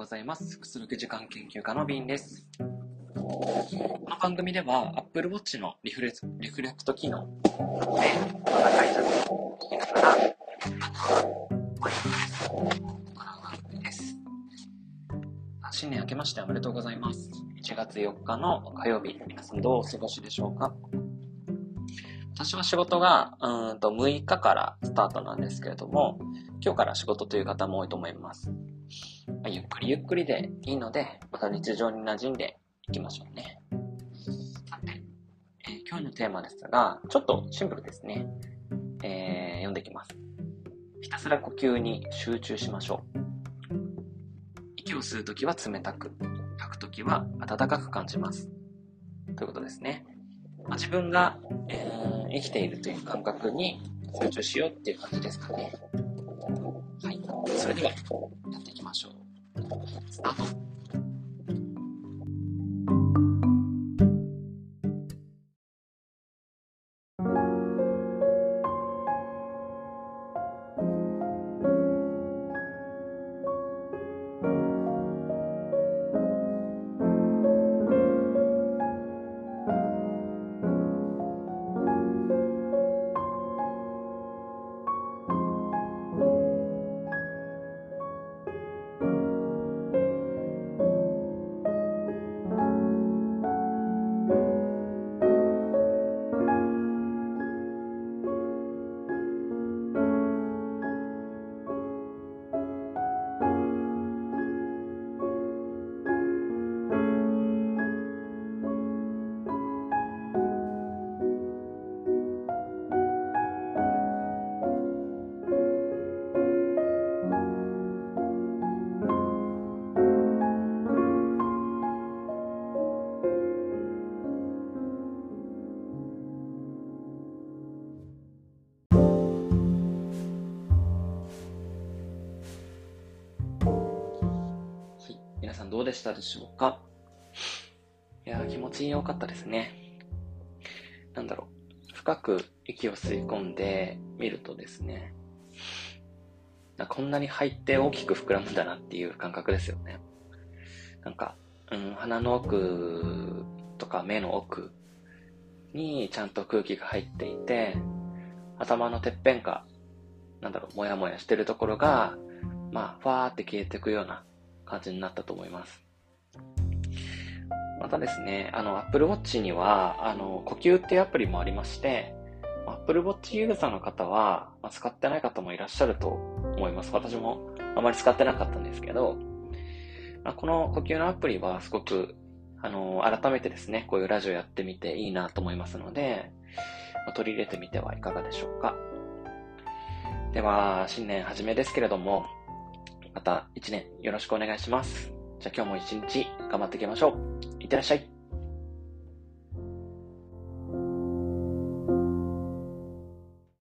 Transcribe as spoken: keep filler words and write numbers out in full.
ございます。くつろぐ時間研究家のビンです。この番組では Apple Watch のリフレリフレクト機能で高いジャズを聴きながらマインドレスを行う番組です。新年明けましておめでとうございます。いちがつよっかの火曜日、皆さんどうお過ごしでしょうか。私は仕事がうーんとむいかからスタートなんですけれども、今日から仕事という方も多いと思います。ゆっくりゆっくりでいいので、また日常に馴染んでいきましょうね。さて、えー、今日のテーマですが、ちょっとシンプルですね。えー、読んでいきます。ひたすら呼吸に集中しましょう。息を吸うときは冷たく、吐くときは温かく感じます。ということですね。まあ、自分が、えー、生きているという感覚に集中しようっていう感じですかね。はい。それでは、やっていきましょう。スタート。皆さんどうでしたでしょうか。いやー、気持ちよかったですね。なんだろう、深く息を吸い込んでみるとですね、こんなに入って大きく膨らむんだなっていう感覚ですよね。なんか、うん、鼻の奥とか目の奥にちゃんと空気が入っていて、頭のてっぺんか、なんだろう、もやもやしてるところが、まあ、ファーって消えていくような感じになったと思います。またですね、あの Apple Watch にはあの呼吸っていうアプリもありまして、 Apple Watch ユーザーの方は、まあ、使ってない方もいらっしゃると思います。私もあまり使ってなかったんですけど、まあ、この呼吸のアプリはすごくあの改めてですね、こういうラジオやってみていいなと思いますので、まあ、取り入れてみてはいかがでしょうか。では新年初めですけれども、また一年よろしくお願いします。じゃあ今日も一日頑張っていきましょう。いってらっしゃい。